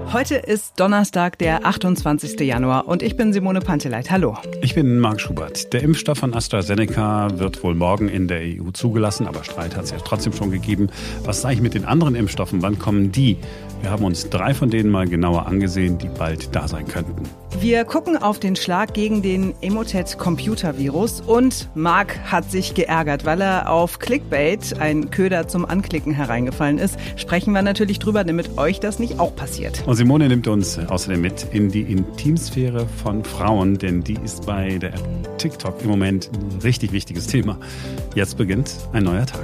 Heute ist Donnerstag, der 28. Januar und ich bin Simone Panteleit. Hallo. Ich bin Marc Schubert. Der Impfstoff von AstraZeneca wird wohl morgen in der EU zugelassen, aber Streit hat es ja trotzdem schon gegeben. Was ist eigentlich mit den anderen Impfstoffen? Wann kommen die? Wir haben uns 3 von denen mal genauer angesehen, die bald da sein könnten. Wir gucken auf den Schlag gegen den Emotet-Computervirus und Marc hat sich geärgert, weil er auf Clickbait, ein Köder zum Anklicken, hereingefallen ist. Sprechen wir natürlich drüber, damit euch das nicht auch passiert. Und Simone nimmt uns außerdem mit in die Intimsphäre von Frauen, denn die ist bei der App TikTok im Moment ein richtig wichtiges Thema. Jetzt beginnt ein neuer Tag.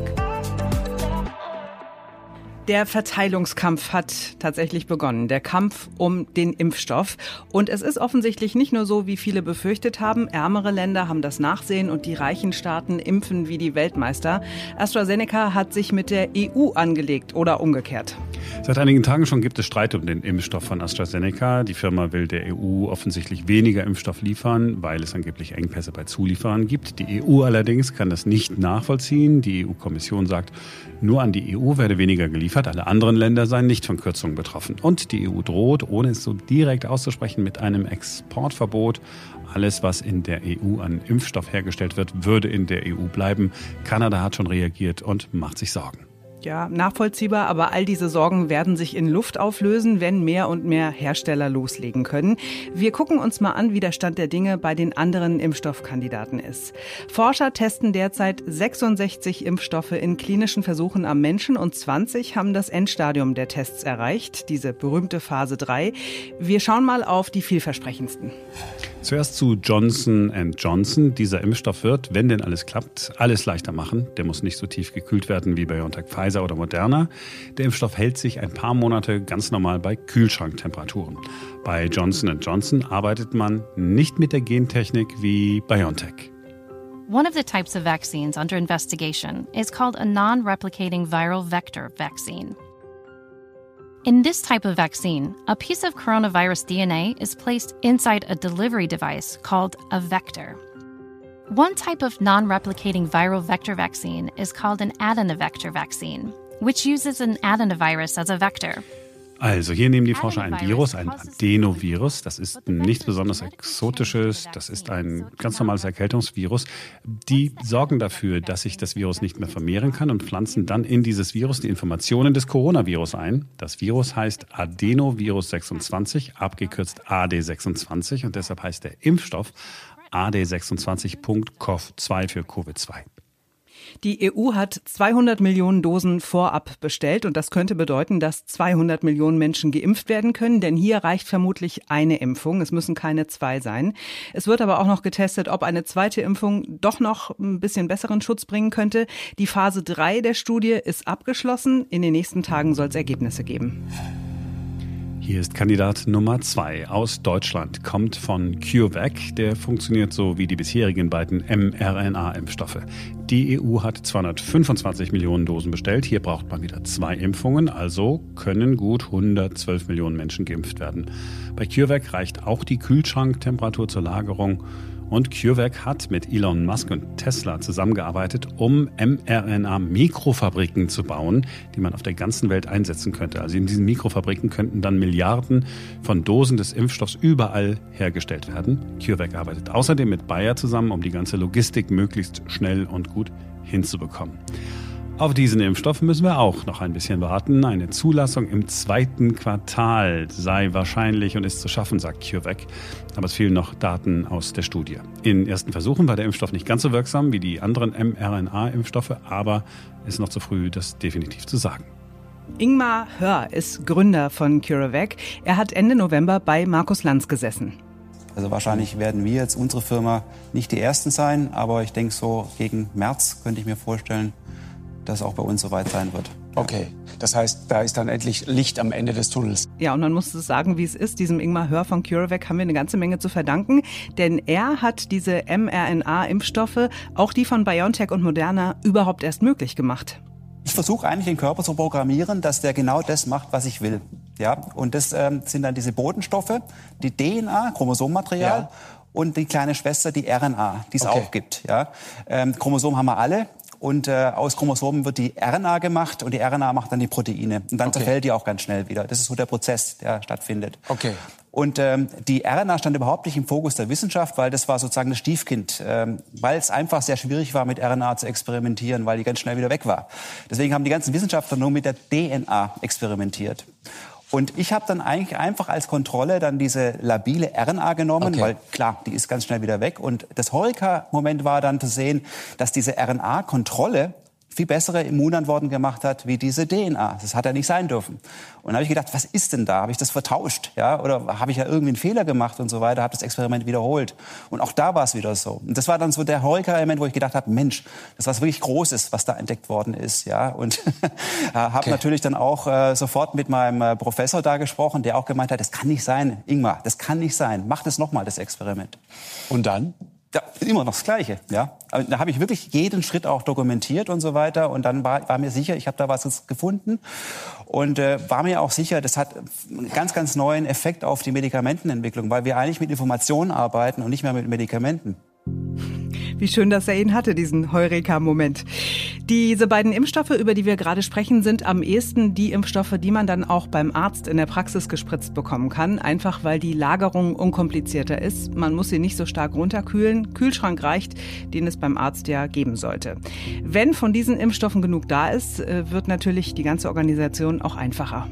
Der Verteilungskampf hat tatsächlich begonnen, der Kampf um den Impfstoff. Und es ist offensichtlich nicht nur so, wie viele befürchtet haben. Ärmere Länder haben das Nachsehen und die reichen Staaten impfen wie die Weltmeister. AstraZeneca hat sich mit der EU angelegt oder umgekehrt. Seit einigen Tagen schon gibt es Streit um den Impfstoff von AstraZeneca. Die Firma will der EU offensichtlich weniger Impfstoff liefern, weil es angeblich Engpässe bei Zulieferern gibt. Die EU allerdings kann das nicht nachvollziehen. Die EU-Kommission sagt, nur an die EU werde weniger geliefert. Alle anderen Länder seien nicht von Kürzungen betroffen. Und die EU droht, ohne es so direkt auszusprechen, mit einem Exportverbot. Alles, was in der EU an Impfstoff hergestellt wird, würde in der EU bleiben. Kanada hat schon reagiert und macht sich Sorgen. Ja, nachvollziehbar, aber all diese Sorgen werden sich in Luft auflösen, wenn mehr und mehr Hersteller loslegen können. Wir gucken uns mal an, wie der Stand der Dinge bei den anderen Impfstoffkandidaten ist. Forscher testen derzeit 66 Impfstoffe in klinischen Versuchen am Menschen und 20 haben das Endstadium der Tests erreicht, diese berühmte Phase 3. Wir schauen mal auf die vielversprechendsten. Zuerst zu Johnson & Johnson. Dieser Impfstoff wird, wenn denn alles klappt, alles leichter machen. Der muss nicht so tief gekühlt werden wie BioNTech, Pfizer oder Moderna. Der Impfstoff hält sich ein paar Monate ganz normal bei Kühlschranktemperaturen. Bei Johnson & Johnson arbeitet man nicht mit der Gentechnik wie BioNTech. One of the types of vaccines under investigation is called a non-replicating viral vector vaccine. In this type of vaccine, a piece of coronavirus DNA is placed inside a delivery device called a vector. One type of non-replicating viral vector vaccine is called an adenovector vaccine, which uses an adenovirus as a vector. Also hier nehmen die Forscher ein Virus, ein Adenovirus. Das ist nichts besonders Exotisches. Das ist ein ganz normales Erkältungsvirus. Die sorgen dafür, dass sich das Virus nicht mehr vermehren kann und pflanzen dann in dieses Virus die Informationen des Coronavirus ein. Das Virus heißt Adenovirus 26, abgekürzt AD26 und deshalb heißt der Impfstoff AD26.CoV2 für Covid-2. Die EU hat 200 Millionen Dosen vorab bestellt und das könnte bedeuten, dass 200 Millionen Menschen geimpft werden können, denn hier reicht vermutlich eine Impfung. Es müssen keine 2 sein. Es wird aber auch noch getestet, ob eine zweite Impfung doch noch ein bisschen besseren Schutz bringen könnte. Die Phase 3 der Studie ist abgeschlossen. In den nächsten Tagen soll es Ergebnisse geben. Hier ist Kandidat Nummer 2 aus Deutschland, kommt von CureVac. Der funktioniert so wie die bisherigen beiden mRNA-Impfstoffe. Die EU hat 225 Millionen Dosen bestellt. Hier braucht man wieder 2 Impfungen, also können gut 112 Millionen Menschen geimpft werden. Bei CureVac reicht auch die Kühlschranktemperatur zur Lagerung. Und CureVac hat mit Elon Musk und Tesla zusammengearbeitet, um mRNA-Mikrofabriken zu bauen, die man auf der ganzen Welt einsetzen könnte. Also in diesen Mikrofabriken könnten dann Milliarden von Dosen des Impfstoffs überall hergestellt werden. CureVac arbeitet außerdem mit Bayer zusammen, um die ganze Logistik möglichst schnell und gut hinzubekommen. Auf diesen Impfstoff müssen wir auch noch ein bisschen warten. Eine Zulassung im 2. Quartal sei wahrscheinlich und ist zu schaffen, sagt CureVac. Aber es fehlen noch Daten aus der Studie. In ersten Versuchen war der Impfstoff nicht ganz so wirksam wie die anderen mRNA-Impfstoffe, aber es ist noch zu früh, das definitiv zu sagen. Ingmar Hörr ist Gründer von CureVac. Er hat Ende November bei Markus Lanz gesessen. Also wahrscheinlich werden wir jetzt, unsere Firma, nicht die Ersten sein, aber ich denke so gegen März könnte ich mir vorstellen, dass auch bei uns soweit sein wird. Okay, das heißt, da ist dann endlich Licht am Ende des Tunnels. Ja, und man muss es sagen, wie es ist. Diesem Ingmar Hörr von CureVac haben wir eine ganze Menge zu verdanken, denn er hat diese mRNA-Impfstoffe, auch die von BioNTech und Moderna, überhaupt erst möglich gemacht. Ich versuche eigentlich den Körper zu programmieren, dass der genau das macht, was ich will. Ja, und das sind dann diese Botenstoffe, die DNA, Chromosomenmaterial, ja, und die kleine Schwester, die RNA, die es auch gibt. Ja, Chromosomen haben wir alle. und aus Chromosomen wird die RNA gemacht und die RNA macht dann die Proteine. Und dann zerfällt die auch ganz schnell wieder. Das ist so der Prozess, der stattfindet. Okay. Und die RNA stand überhaupt nicht im Fokus der Wissenschaft, weil das war sozusagen das Stiefkind, weil es einfach sehr schwierig war, mit RNA zu experimentieren, weil die ganz schnell wieder weg war. Deswegen haben die ganzen Wissenschaftler nur mit der DNA experimentiert. Und ich habe dann eigentlich einfach als Kontrolle dann diese labile RNA genommen, weil klar, die ist ganz schnell wieder weg. Und das Heureka-Moment war dann zu sehen, dass diese RNA-Kontrolle viel bessere Immunantworten gemacht hat wie diese DNA. Das hat ja nicht sein dürfen. Und dann habe ich gedacht, was ist denn da? Habe ich das vertauscht? Ja? Oder habe ich ja irgendwie einen Fehler gemacht und so weiter? Habe das Experiment wiederholt. Und auch da war es wieder so. Und das war dann so der Heureka-Element, wo ich gedacht habe, Mensch, das ist was wirklich Großes, was da entdeckt worden ist. Ja? Und habe natürlich dann auch sofort mit meinem Professor da gesprochen, der auch gemeint hat, das kann nicht sein, Ingmar, das kann nicht sein. Mach das nochmal, das Experiment. Und dann? Ja, immer noch das Gleiche, ja. Aber da habe ich wirklich jeden Schritt auch dokumentiert und so weiter. Und dann war mir sicher, ich habe da was gefunden. Und war mir auch sicher, das hat einen ganz, ganz neuen Effekt auf die Medikamentenentwicklung, weil wir eigentlich mit Informationen arbeiten und nicht mehr mit Medikamenten. Wie schön, dass er ihn hatte, diesen Heureka-Moment. Diese beiden Impfstoffe, über die wir gerade sprechen, sind am ehesten die Impfstoffe, die man dann auch beim Arzt in der Praxis gespritzt bekommen kann. Einfach weil die Lagerung unkomplizierter ist. Man muss sie nicht so stark runterkühlen. Kühlschrank reicht, den es beim Arzt ja geben sollte. Wenn von diesen Impfstoffen genug da ist, wird natürlich die ganze Organisation auch einfacher.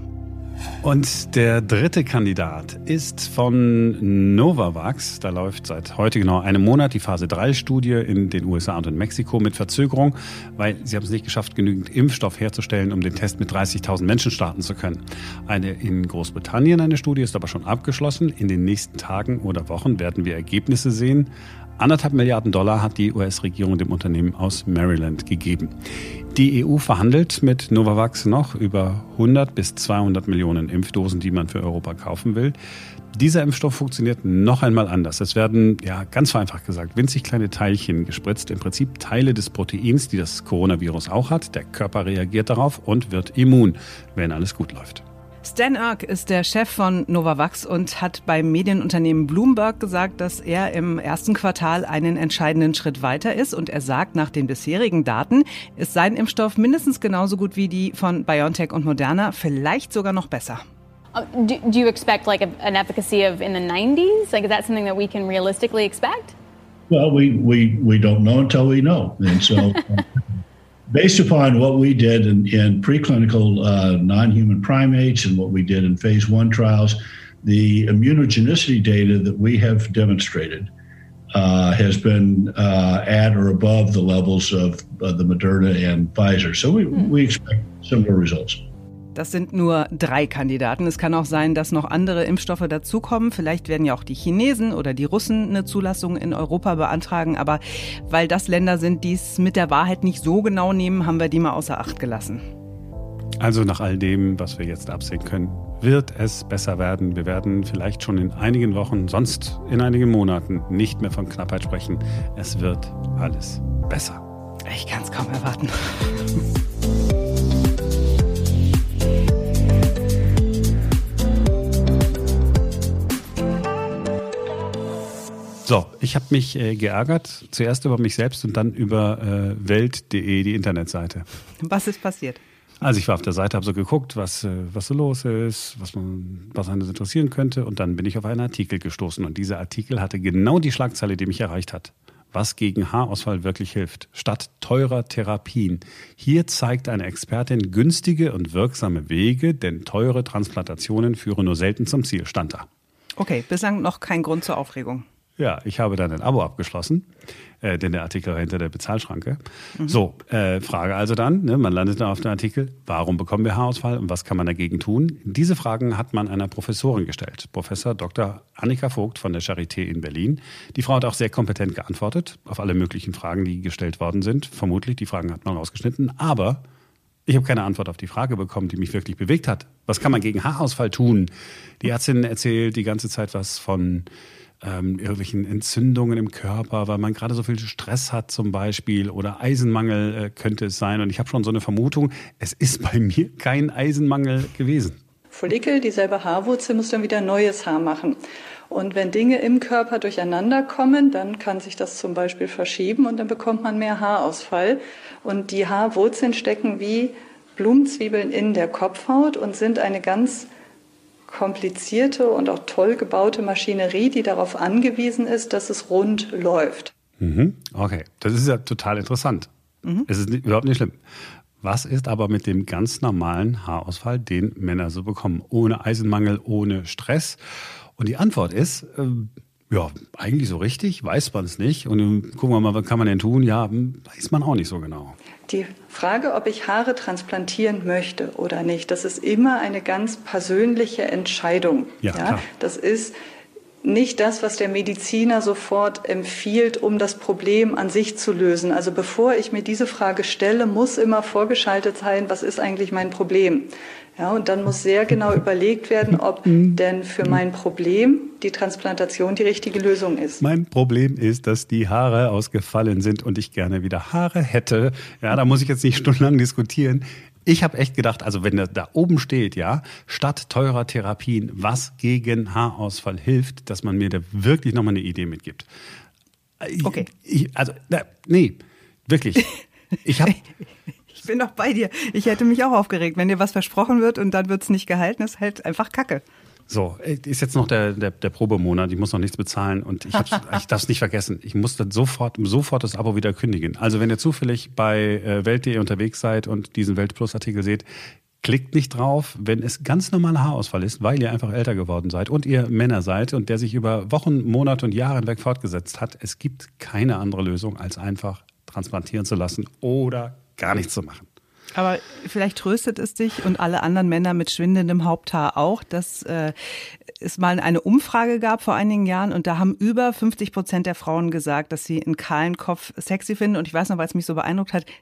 Und der dritte Kandidat ist von Novavax. Da läuft seit heute genau einem Monat die Phase-3-Studie in den USA und in Mexiko mit Verzögerung, weil sie haben es nicht geschafft, genügend Impfstoff herzustellen, um den Test mit 30.000 Menschen starten zu können. Eine in Großbritannien, eine Studie ist aber schon abgeschlossen. In den nächsten Tagen oder Wochen werden wir Ergebnisse sehen. 1,5 Milliarden $ hat die US-Regierung dem Unternehmen aus Maryland gegeben. Die EU verhandelt mit Novavax noch über 100 bis 200 Millionen Impfdosen, die man für Europa kaufen will. Dieser Impfstoff funktioniert noch einmal anders. Es werden, ja, ganz vereinfacht gesagt, winzig kleine Teilchen gespritzt. Im Prinzip Teile des Proteins, die das Coronavirus auch hat. Der Körper reagiert darauf und wird immun, wenn alles gut läuft. Stan Erck ist der Chef von Novavax und hat beim Medienunternehmen Bloomberg gesagt, dass er im ersten Quartal einen entscheidenden Schritt weiter ist. Und er sagt, nach den bisherigen Daten ist sein Impfstoff mindestens genauso gut wie die von BioNTech und Moderna, vielleicht sogar noch besser. Do you expect like an efficacy of in the 90s? Like, is that something that we can realistically expect? Well, we don't know until we know. And so based upon what we did in preclinical non-human primates and what we did in phase 1 trials, the immunogenicity data that we have demonstrated has been at or above the levels of the Moderna and Pfizer. So we expect similar results. Das sind nur 3 Kandidaten. Es kann auch sein, dass noch andere Impfstoffe dazukommen. Vielleicht werden ja auch die Chinesen oder die Russen eine Zulassung in Europa beantragen. Aber weil das Länder sind, die es mit der Wahrheit nicht so genau nehmen, haben wir die mal außer Acht gelassen. Also nach all dem, was wir jetzt absehen können, wird es besser werden. Wir werden vielleicht schon in einigen Wochen, sonst in einigen Monaten nicht mehr von Knappheit sprechen. Es wird alles besser. Ich kann es kaum erwarten. So, ich habe mich geärgert, zuerst über mich selbst und dann über Welt.de, die Internetseite. Was ist passiert? Also ich war auf der Seite, habe so geguckt, was so los ist, was einen interessieren könnte, und dann bin ich auf einen Artikel gestoßen und dieser Artikel hatte genau die Schlagzeile, die mich erreicht hat. Was gegen Haarausfall wirklich hilft, statt teurer Therapien. Hier zeigt eine Expertin günstige und wirksame Wege, denn teure Transplantationen führen nur selten zum Ziel, stand da. Okay, bislang noch kein Grund zur Aufregung. Ja, ich habe dann ein Abo abgeschlossen, denn der Artikel war hinter der Bezahlschranke. So, Frage also dann, man landet dann auf den Artikel, warum bekommen wir Haarausfall und was kann man dagegen tun? Diese Fragen hat man einer Professorin gestellt, Professor Dr. Annika Vogt von der Charité in Berlin. Die Frau hat auch sehr kompetent geantwortet auf alle möglichen Fragen, die gestellt worden sind. Vermutlich, die Fragen hat man rausgeschnitten, aber ich habe keine Antwort auf die Frage bekommen, die mich wirklich bewegt hat. Was kann man gegen Haarausfall tun? Die Ärztin erzählt die ganze Zeit was von irgendwelchen Entzündungen im Körper, weil man gerade so viel Stress hat zum Beispiel, oder Eisenmangel könnte es sein. Und ich habe schon so eine Vermutung, es ist bei mir kein Eisenmangel gewesen. Follikel, dieselbe Haarwurzel, muss dann wieder neues Haar machen. Und wenn Dinge im Körper durcheinander kommen, dann kann sich das zum Beispiel verschieben und dann bekommt man mehr Haarausfall. Und die Haarwurzeln stecken wie Blumenzwiebeln in der Kopfhaut und sind eine ganz komplizierte und auch toll gebaute Maschinerie, die darauf angewiesen ist, dass es rund läuft. Okay, das ist ja total interessant. Es ist überhaupt nicht schlimm. Was ist aber mit dem ganz normalen Haarausfall, den Männer so bekommen? Ohne Eisenmangel, ohne Stress? Und die Antwort ist, ja, eigentlich so richtig, weiß man es nicht. Und dann gucken wir mal, was kann man denn tun? Ja, weiß man auch nicht so genau. Die Frage, ob ich Haare transplantieren möchte oder nicht, das ist immer eine ganz persönliche Entscheidung. Ja, klar. Das ist nicht das, was der Mediziner sofort empfiehlt, um das Problem an sich zu lösen. Also bevor ich mir diese Frage stelle, muss immer vorgeschaltet sein, was ist eigentlich mein Problem? Ja, und dann muss sehr genau überlegt werden, ob denn für mein Problem die Transplantation die richtige Lösung ist. Mein Problem ist, dass die Haare ausgefallen sind und ich gerne wieder Haare hätte. Ja, da muss ich jetzt nicht stundenlang diskutieren. Ich habe echt gedacht, also wenn das da oben steht, ja, statt teurer Therapien, was gegen Haarausfall hilft, dass man mir da wirklich nochmal eine Idee mitgibt. Okay. Nee, wirklich. Ich bin doch bei dir. Ich hätte mich auch aufgeregt, wenn dir was versprochen wird und dann wird es nicht gehalten. Das ist halt einfach Kacke. So, ist jetzt noch der Probemonat, ich muss noch nichts bezahlen und ich darf es nicht vergessen. Ich muss dann sofort das Abo wieder kündigen. Also wenn ihr zufällig bei Welt.de unterwegs seid und diesen Welt-Plus-Artikel seht, klickt nicht drauf, wenn es ganz normaler Haarausfall ist, weil ihr einfach älter geworden seid und ihr Männer seid und der sich über Wochen, Monate und Jahre hinweg fortgesetzt hat. Es gibt keine andere Lösung, als einfach transplantieren zu lassen oder gar nichts zu machen. Aber vielleicht tröstet es dich und alle anderen Männer mit schwindendem Haupthaar auch, dass es mal eine Umfrage gab vor einigen Jahren und da haben über 50% der Frauen gesagt, dass sie einen kahlen Kopf sexy finden. Und ich weiß noch, weil es mich so beeindruckt hat,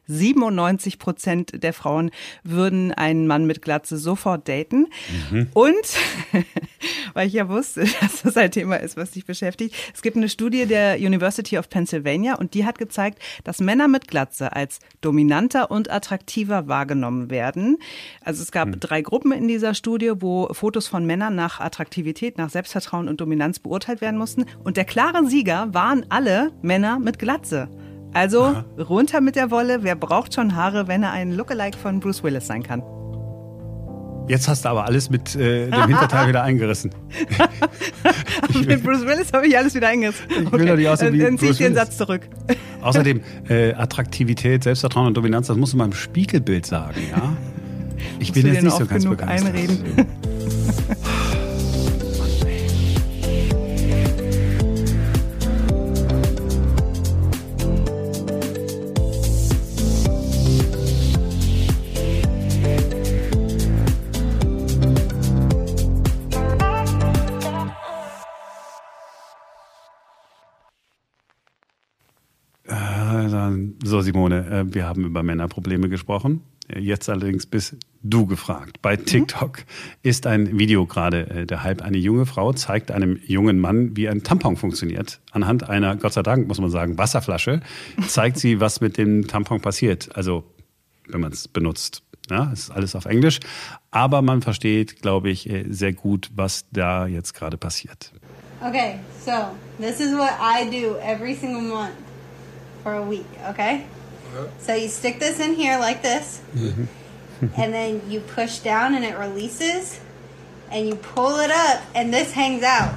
97% der Frauen würden einen Mann mit Glatze sofort daten. Und, weil ich ja wusste, dass das ein Thema ist, was dich beschäftigt, es gibt eine Studie der University of Pennsylvania und die hat gezeigt, dass Männer mit Glatze als dominanter und attraktiver wahrgenommen werden. Also es gab 3 Gruppen in dieser Studie, wo Fotos von Männern nach Attraktivität, nach Selbstvertrauen und Dominanz beurteilt werden mussten. Und der klare Sieger waren alle Männer mit Glatze. Also runter mit der Wolle. Wer braucht schon Haare, wenn er ein Lookalike von Bruce Willis sein kann? Jetzt hast du aber alles mit dem Hinterteil wieder eingerissen. Mit Bruce Willis habe ich alles wieder eingerissen. Ich will doch nicht aussehen wie Dann ziehe ich Bruce den Willis. Satz zurück. Außerdem, Attraktivität, Selbstvertrauen und Dominanz, das musst du mal im Spiegelbild sagen, ja? Ich bin jetzt nicht so ganz begeistert. Einreden. So, Simone, wir haben über Männerprobleme gesprochen. Jetzt allerdings bist du gefragt. Bei TikTok ist ein Video gerade der Hype. Eine junge Frau zeigt einem jungen Mann, wie ein Tampon funktioniert. Anhand einer, Gott sei Dank, muss man sagen, Wasserflasche zeigt sie, was mit dem Tampon passiert. Also, wenn man es benutzt. Ja, es ist alles auf Englisch. Aber man versteht, glaube ich, sehr gut, was da jetzt gerade passiert. Okay, so this is what I do every single month for a week, okay? So you stick this in here like this, and then you push down and it releases, and you pull it up and this hangs out.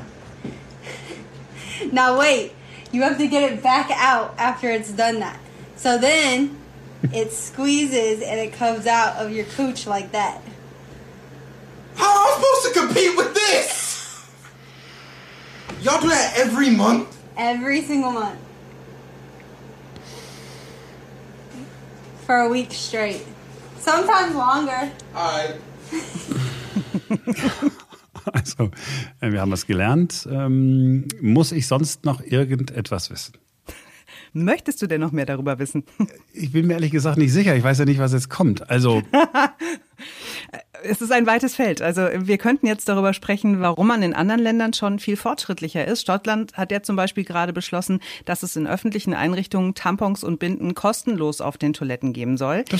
Now wait, you have to get it back out after it's done that. So then it squeezes and it comes out of your cooch like that. How am I supposed to compete with this? Y'all do that every month? Every single month. For a week straight. Sometimes longer. Alright. Also, wir haben was gelernt. Muss ich sonst noch irgendetwas wissen? Möchtest du denn noch mehr darüber wissen? Ich bin mir ehrlich gesagt nicht sicher. Ich weiß ja nicht, was jetzt kommt. Also Es ist ein weites Feld. Also wir könnten jetzt darüber sprechen, warum man in anderen Ländern schon viel fortschrittlicher ist. Schottland hat ja zum Beispiel gerade beschlossen, dass es in öffentlichen Einrichtungen Tampons und Binden kostenlos auf den Toiletten geben soll. Das ist schön.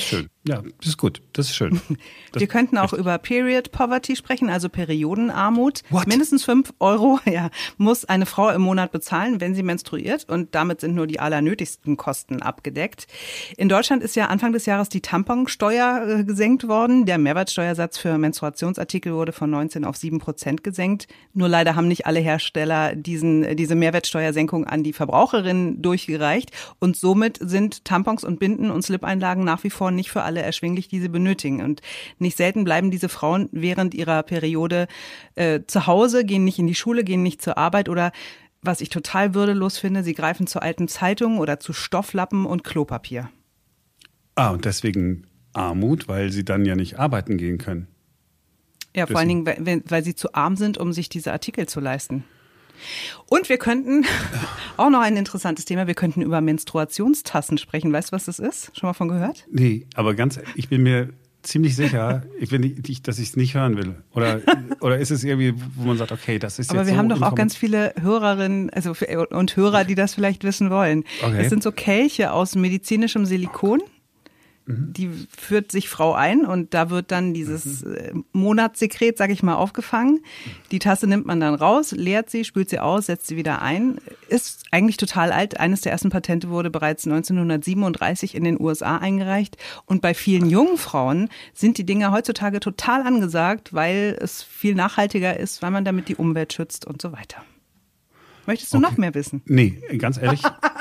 Ja, das ist gut, das ist schön. Wir könnten auch über Period Poverty sprechen, also Periodenarmut. What? Mindestens 5 € muss eine Frau im Monat bezahlen, wenn sie menstruiert, und damit sind nur die allernötigsten Kosten abgedeckt. In Deutschland ist ja Anfang des Jahres die Tamponsteuer gesenkt worden. Der Mehrwertsteuersatz für Menstruationsartikel wurde von 19 auf 7% gesenkt. Nur leider haben nicht alle Hersteller diese Mehrwertsteuersenkung an die Verbraucherinnen durchgereicht, und somit sind Tampons und Binden und Slip-Einlagen nach wie vor nicht für alle erschwinglich, die sie benötigen. Und nicht selten bleiben diese Frauen während ihrer Periode zu Hause, gehen nicht in die Schule, gehen nicht zur Arbeit oder, was ich total würdelos finde, sie greifen zu alten Zeitungen oder zu Stofflappen und Klopapier. Und deswegen Armut, weil sie dann ja nicht arbeiten gehen können. Ja, vor allen Dingen, weil sie zu arm sind, um sich diese Artikel zu leisten. Und wir könnten, auch noch ein interessantes Thema, wir könnten über Menstruationstassen sprechen. Weißt du, was das ist? Schon mal von gehört? Nee, aber ich bin mir ziemlich sicher, dass ich es nicht hören will. Oder ist es irgendwie, wo man sagt, okay, das ist aber jetzt wir so haben doch auch ganz viele Hörerinnen und Hörer, die das vielleicht wissen wollen. Okay. Das sind so Kelche aus medizinischem Silikon. Die führt sich Frau ein und da wird dann dieses Monatssekret, sag ich mal, aufgefangen. Die Tasse nimmt man dann raus, leert sie, spült sie aus, setzt sie wieder ein. Ist eigentlich total alt. Eines der ersten Patente wurde bereits 1937 in den USA eingereicht. Und bei vielen jungen Frauen sind die Dinger heutzutage total angesagt, weil es viel nachhaltiger ist, weil man damit die Umwelt schützt und so weiter. Möchtest du noch mehr wissen? Nee, ganz ehrlich,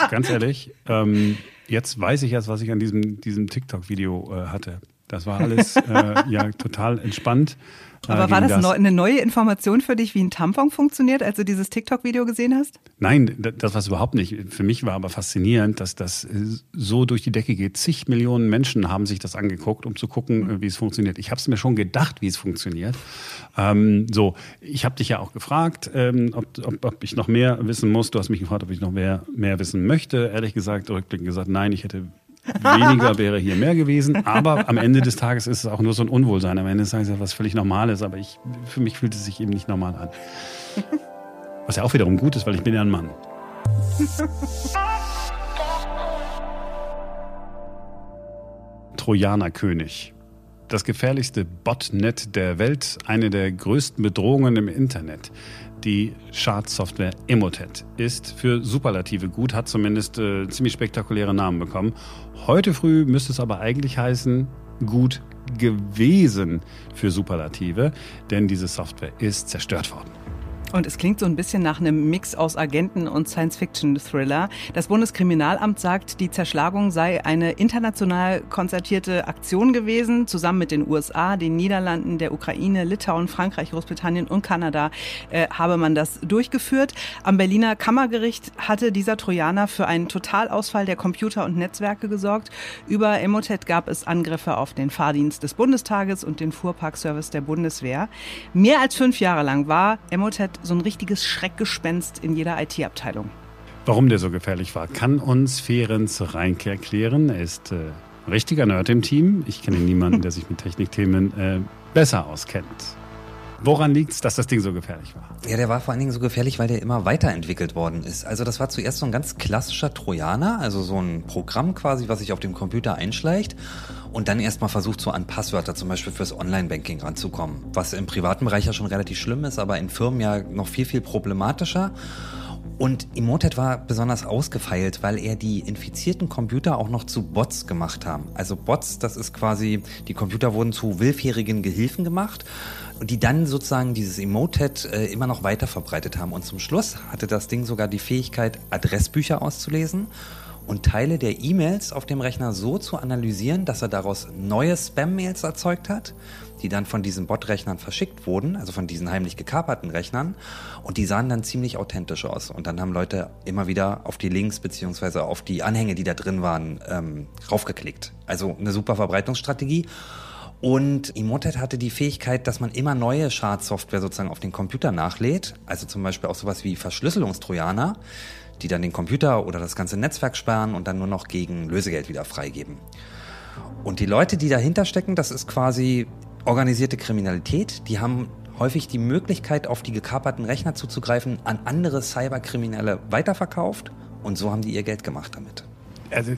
jetzt weiß ich erst, was ich an diesem TikTok-Video hatte. Das war alles ja total entspannt. Aber war das eine neue Information für dich, wie ein Tampon funktioniert, als du dieses TikTok-Video gesehen hast? Nein, das war es überhaupt nicht. Für mich war aber faszinierend, dass das so durch die Decke geht. Zig Millionen Menschen haben sich das angeguckt, um zu gucken, wie es funktioniert. Ich habe es mir schon gedacht, wie es funktioniert. Ich habe dich ja auch gefragt, ob ich noch mehr wissen muss. Du hast mich gefragt, ob ich noch mehr wissen möchte. Ehrlich gesagt, rückblickend gesagt, nein, ich hätte weniger wäre hier mehr gewesen, aber am Ende des Tages ist es auch nur so ein Unwohlsein. Am Ende des Tages ist es was völlig Normales, aber für mich fühlt es sich eben nicht normal an. Was ja auch wiederum gut ist, weil ich bin ja ein Mann. Trojanerkönig. Das gefährlichste Botnet der Welt, eine der größten Bedrohungen im Internet. Die Schadsoftware Emotet ist für Superlative gut, hat zumindest ziemlich spektakuläre Namen bekommen. Heute früh müsste es aber eigentlich heißen, gut gewesen für Superlative, denn diese Software ist zerstört worden. Und es klingt so ein bisschen nach einem Mix aus Agenten- und Science-Fiction-Thriller. Das Bundeskriminalamt sagt, die Zerschlagung sei eine international konzertierte Aktion gewesen. Zusammen mit den USA, den Niederlanden, der Ukraine, Litauen, Frankreich, Großbritannien und Kanada habe man das durchgeführt. Am Berliner Kammergericht hatte dieser Trojaner für einen Totalausfall der Computer und Netzwerke gesorgt. Über Emotet gab es Angriffe auf den Fahrdienst des Bundestages und den Fuhrparkservice der Bundeswehr. Mehr als 5 Jahre lang war Emotet so ein richtiges Schreckgespenst in jeder IT-Abteilung. Warum der so gefährlich war, kann uns Ferenc Reinke erklären. Er ist richtiger Nerd im Team. Ich kenne niemanden, der sich mit Technikthemen besser auskennt. Woran liegt es, dass das Ding so gefährlich war? Ja, der war vor allen Dingen so gefährlich, weil der immer weiterentwickelt worden ist. Also das war zuerst so ein ganz klassischer Trojaner, also so ein Programm quasi, was sich auf dem Computer einschleicht und dann erstmal versucht, so an Passwörter zum Beispiel fürs Online-Banking ranzukommen. Was im privaten Bereich ja schon relativ schlimm ist, aber in Firmen ja noch viel, viel problematischer. Und Emotet war besonders ausgefeilt, weil er die infizierten Computer auch noch zu Bots gemacht haben. Also Bots, das ist quasi, die Computer wurden zu willfährigen Gehilfen gemacht und die dann sozusagen dieses Emotet immer noch weiter verbreitet haben. Und zum Schluss hatte das Ding sogar die Fähigkeit, Adressbücher auszulesen und Teile der E-Mails auf dem Rechner so zu analysieren, dass er daraus neue Spam-Mails erzeugt hat, die dann von diesen Bot-Rechnern verschickt wurden, also von diesen heimlich gekaperten Rechnern, und die sahen dann ziemlich authentisch aus. Und dann haben Leute immer wieder auf die Links beziehungsweise auf die Anhänge, die da drin waren, raufgeklickt. Also eine super Verbreitungsstrategie. Und Emotet hatte die Fähigkeit, dass man immer neue Schadsoftware sozusagen auf den Computer nachlädt, also zum Beispiel auch sowas wie Verschlüsselungstrojaner, die dann den Computer oder das ganze Netzwerk sperren und dann nur noch gegen Lösegeld wieder freigeben. Und die Leute, die dahinter stecken, das ist quasi organisierte Kriminalität. Die haben häufig die Möglichkeit, auf die gekaperten Rechner zuzugreifen, an andere Cyberkriminelle weiterverkauft und so haben die ihr Geld gemacht damit. Also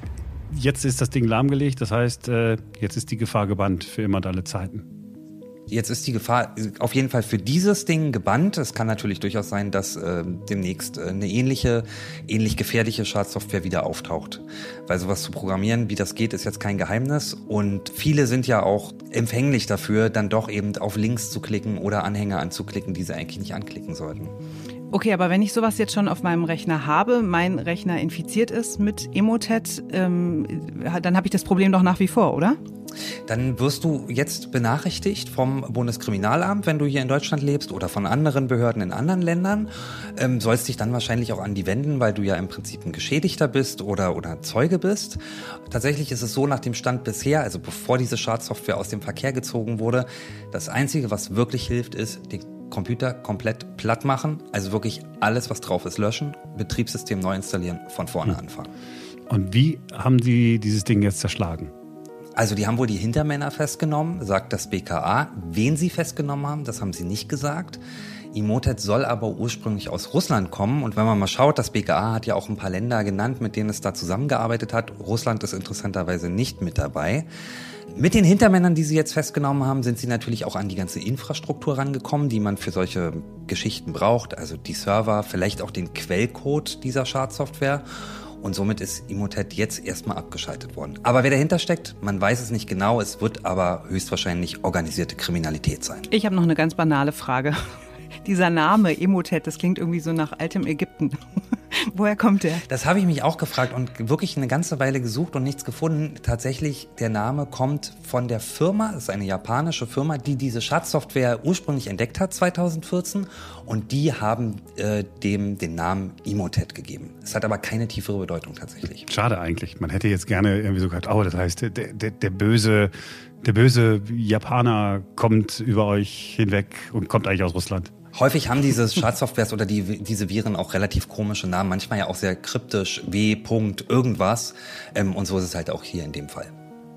jetzt ist das Ding lahmgelegt, das heißt, jetzt ist die Gefahr gebannt für immer und alle Zeiten. Jetzt ist die Gefahr auf jeden Fall für dieses Ding gebannt. Es kann natürlich durchaus sein, dass demnächst eine ähnlich gefährliche Schadsoftware wieder auftaucht. Weil sowas zu programmieren, wie das geht, ist jetzt kein Geheimnis. Und viele sind ja auch empfänglich dafür, dann doch eben auf Links zu klicken oder Anhänger anzuklicken, die sie eigentlich nicht anklicken sollten. Okay, aber wenn ich sowas jetzt schon auf meinem Rechner habe, mein Rechner infiziert ist mit Emotet, dann habe ich das Problem doch nach wie vor, oder? Dann wirst du jetzt benachrichtigt vom Bundeskriminalamt, wenn du hier in Deutschland lebst, oder von anderen Behörden in anderen Ländern. Sollst dich dann wahrscheinlich auch an die wenden, weil du ja im Prinzip ein Geschädigter bist oder Zeuge bist. Tatsächlich ist es so nach dem Stand bisher, also bevor diese Schadsoftware aus dem Verkehr gezogen wurde, das Einzige, was wirklich hilft, ist, den Computer komplett platt machen, also wirklich alles, was drauf ist, löschen, Betriebssystem neu installieren, von vorne anfangen. Und wie haben die dieses Ding jetzt zerschlagen? Also die haben wohl die Hintermänner festgenommen, sagt das BKA. Wen sie festgenommen haben, das haben sie nicht gesagt. Emotet soll aber ursprünglich aus Russland kommen. Und wenn man mal schaut, das BKA hat ja auch ein paar Länder genannt, mit denen es da zusammengearbeitet hat. Russland ist interessanterweise nicht mit dabei. Mit den Hintermännern, die sie jetzt festgenommen haben, sind sie natürlich auch an die ganze Infrastruktur rangekommen, die man für solche Geschichten braucht. Also die Server, vielleicht auch den Quellcode dieser Schadsoftware. Und somit ist Emotet jetzt erstmal abgeschaltet worden. Aber wer dahinter steckt, man weiß es nicht genau. Es wird aber höchstwahrscheinlich organisierte Kriminalität sein. Ich habe noch eine ganz banale Frage. Dieser Name Emotet, das klingt irgendwie so nach altem Ägypten. Woher kommt der? Das habe ich mich auch gefragt und wirklich eine ganze Weile gesucht und nichts gefunden. Tatsächlich, der Name kommt von der Firma, das ist eine japanische Firma, die diese Schadsoftware ursprünglich entdeckt hat 2014 und die haben dem den Namen Emotet gegeben. Es hat aber keine tiefere Bedeutung tatsächlich. Schade eigentlich. Man hätte jetzt gerne irgendwie so gedacht, das heißt, der böse Japaner kommt über euch hinweg und kommt eigentlich aus Russland. Häufig haben diese Schadsoftwares oder diese Viren auch relativ komische Namen, manchmal ja auch sehr kryptisch, W. irgendwas. Und so ist es halt auch hier in dem Fall.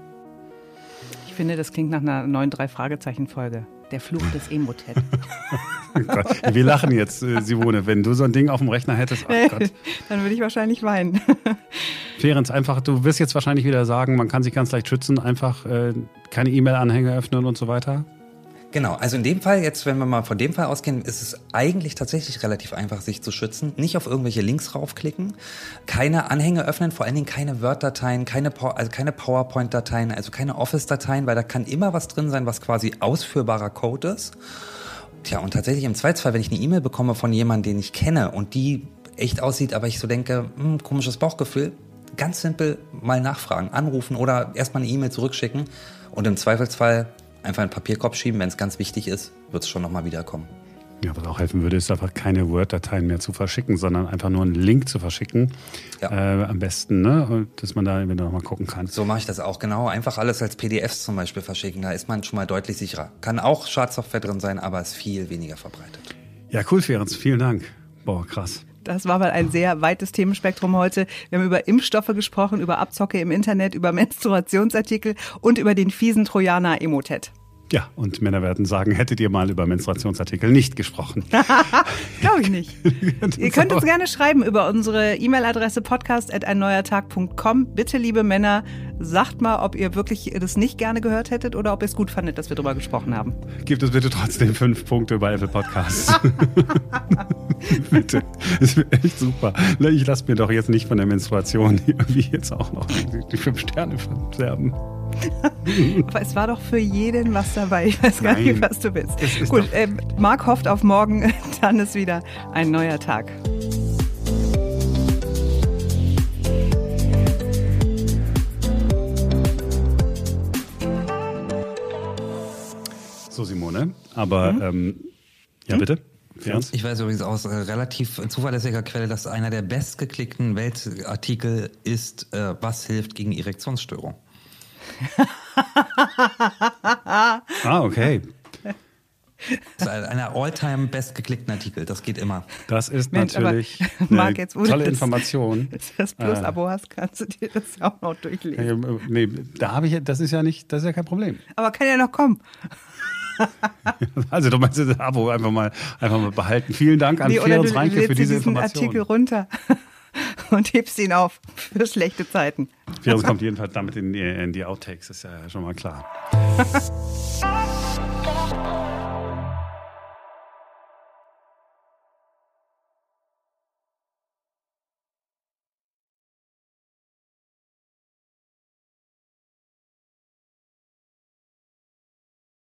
Ich finde, das klingt nach einer neuen 3-Fragezeichen-Folge. Der Fluch des Emotet. Oh Gott, wir lachen jetzt, Simone. Wenn du so ein Ding auf dem Rechner hättest, oh Gott. Dann würde ich wahrscheinlich weinen. Ferenc, einfach, du wirst jetzt wahrscheinlich wieder sagen, man kann sich ganz leicht schützen, einfach keine E-Mail-Anhänge öffnen und so weiter. Genau, also in dem Fall, jetzt wenn wir mal von dem Fall ausgehen, ist es eigentlich tatsächlich relativ einfach, sich zu schützen. Nicht auf irgendwelche Links raufklicken, keine Anhänge öffnen, vor allen Dingen keine Word-Dateien, keine PowerPoint-Dateien, also keine Office-Dateien, weil da kann immer was drin sein, was quasi ausführbarer Code ist. Tja, und tatsächlich im Zweifelsfall, wenn ich eine E-Mail bekomme von jemandem, den ich kenne und die echt aussieht, aber ich so denke, komisches Bauchgefühl, ganz simpel mal nachfragen, anrufen oder erstmal eine E-Mail zurückschicken und im Zweifelsfall einfach einen Papierkorb schieben, wenn es ganz wichtig ist, wird es schon nochmal wiederkommen. Ja, was auch helfen würde, ist einfach keine Word-Dateien mehr zu verschicken, sondern einfach nur einen Link zu verschicken. Ja. Am besten, ne? Dass man da wieder nochmal gucken kann. So mache ich das auch, genau. Einfach alles als PDFs zum Beispiel verschicken. Da ist man schon mal deutlich sicherer. Kann auch Schadsoftware drin sein, aber ist viel weniger verbreitet. Ja, cool, Ferenc. Vielen Dank. Boah, krass. Das war mal ein sehr weites Themenspektrum heute. Wir haben über Impfstoffe gesprochen, über Abzocke im Internet, über Menstruationsartikel und über den fiesen Trojaner Emotet. Ja, und Männer werden sagen, hättet ihr mal über Menstruationsartikel nicht gesprochen. Glaube ich nicht. Ihr könnt uns gerne schreiben über unsere E-Mail-Adresse podcast@einneuertag.com. Bitte, liebe Männer, sagt mal, ob ihr wirklich das nicht gerne gehört hättet oder ob ihr es gut fandet, dass wir drüber gesprochen haben. Gebt uns bitte trotzdem 5 Punkte bei Apple Podcasts. Bitte. Das wäre echt super. Ich lasse mir doch jetzt nicht von der Menstruation irgendwie jetzt auch noch die 5 Sterne verderben. Aber es war doch für jeden was dabei. Ich weiß gar nicht, was du willst. Gut, Marc hofft auf morgen, dann ist wieder ein neuer Tag. So, Simone, aber ja, bitte. Ich weiß übrigens aus relativ zuverlässiger Quelle, dass einer der bestgeklickten Weltartikel ist, was hilft gegen Erektionsstörung. Okay. Das ist einer all-time bestgeklickten Artikel, das geht immer. Das ist natürlich Marc, jetzt, tolle Information. Das Plus-Abo hast, kannst du dir das auch noch durchlesen. Nee, das ist ja kein Problem. Aber kann ja noch kommen. Also du meinst das Abo einfach mal behalten. Vielen Dank an Ferenc Reinke für diese Information. Artikel runter und hebst ihn auf für schlechte Zeiten. Virus kommt jedenfalls damit in die Outtakes, ist ja schon mal klar.